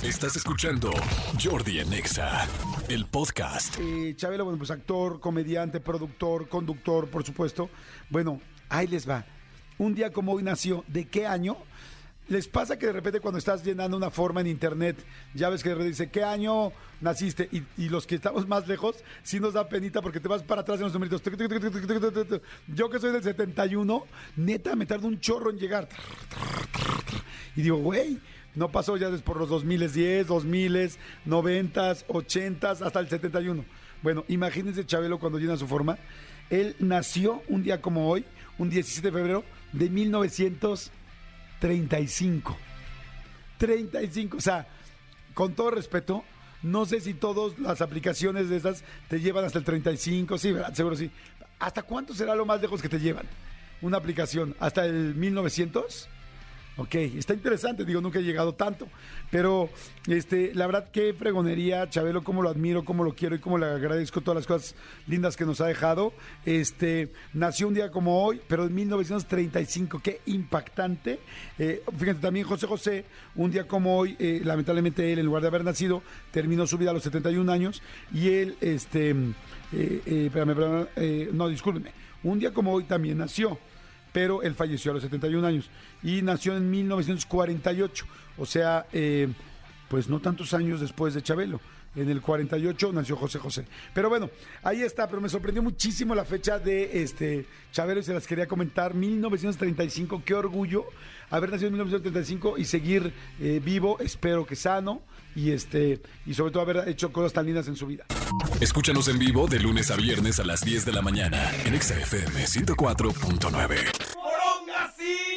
Estás escuchando Jordi en Exa, el podcast. Chabelo, bueno, pues actor, comediante, productor, conductor, por supuesto. Bueno, ahí les va. Un día como hoy nació. ¿De qué año? ¿Les pasa que de repente cuando estás llenando una forma en internet, ya ves que de repente dice, ¿qué año naciste? Y los que estamos más lejos, sí nos da penita porque te vas para atrás en los numeritos. Yo que soy del 71, neta, me tardo un chorro en llegar. Y digo, güey, no pasó ya por los 2010, 2000, 90, 80, hasta el 71. Bueno, imagínense Chabelo cuando llena su forma. Él nació un día como hoy, un 17 de febrero de 1935. 35, o sea, con todo respeto, no sé si todas las aplicaciones de esas te llevan hasta el 35, sí, ¿verdad? Seguro sí. ¿Hasta cuánto será lo más lejos que te llevan una aplicación? ¿Hasta el 1900? Ok, está interesante, digo, nunca he llegado tanto, pero la verdad, qué fregonería, Chabelo, cómo lo admiro, cómo lo quiero y cómo le agradezco todas las cosas lindas que nos ha dejado. Nació un día como hoy, pero en 1935, qué impactante. Fíjate, también José José, un día como hoy, lamentablemente él, en lugar de haber nacido, terminó su vida a los 71 años y él, no, discúlpeme, un día como hoy también nació, pero él falleció a los 71 años y nació en 1948, o sea, pues no tantos años después de Chabelo. En el 48 nació José José. Pero bueno, ahí está, pero me sorprendió muchísimo la fecha de Chabelo y se las quería comentar. 1935, qué orgullo haber nacido en 1935 y seguir vivo, espero que sano y sobre todo haber hecho cosas tan lindas en su vida. Escúchanos en vivo de lunes a viernes a las 10 de la mañana en Exa FM 104.9. ¡Moronga, sí!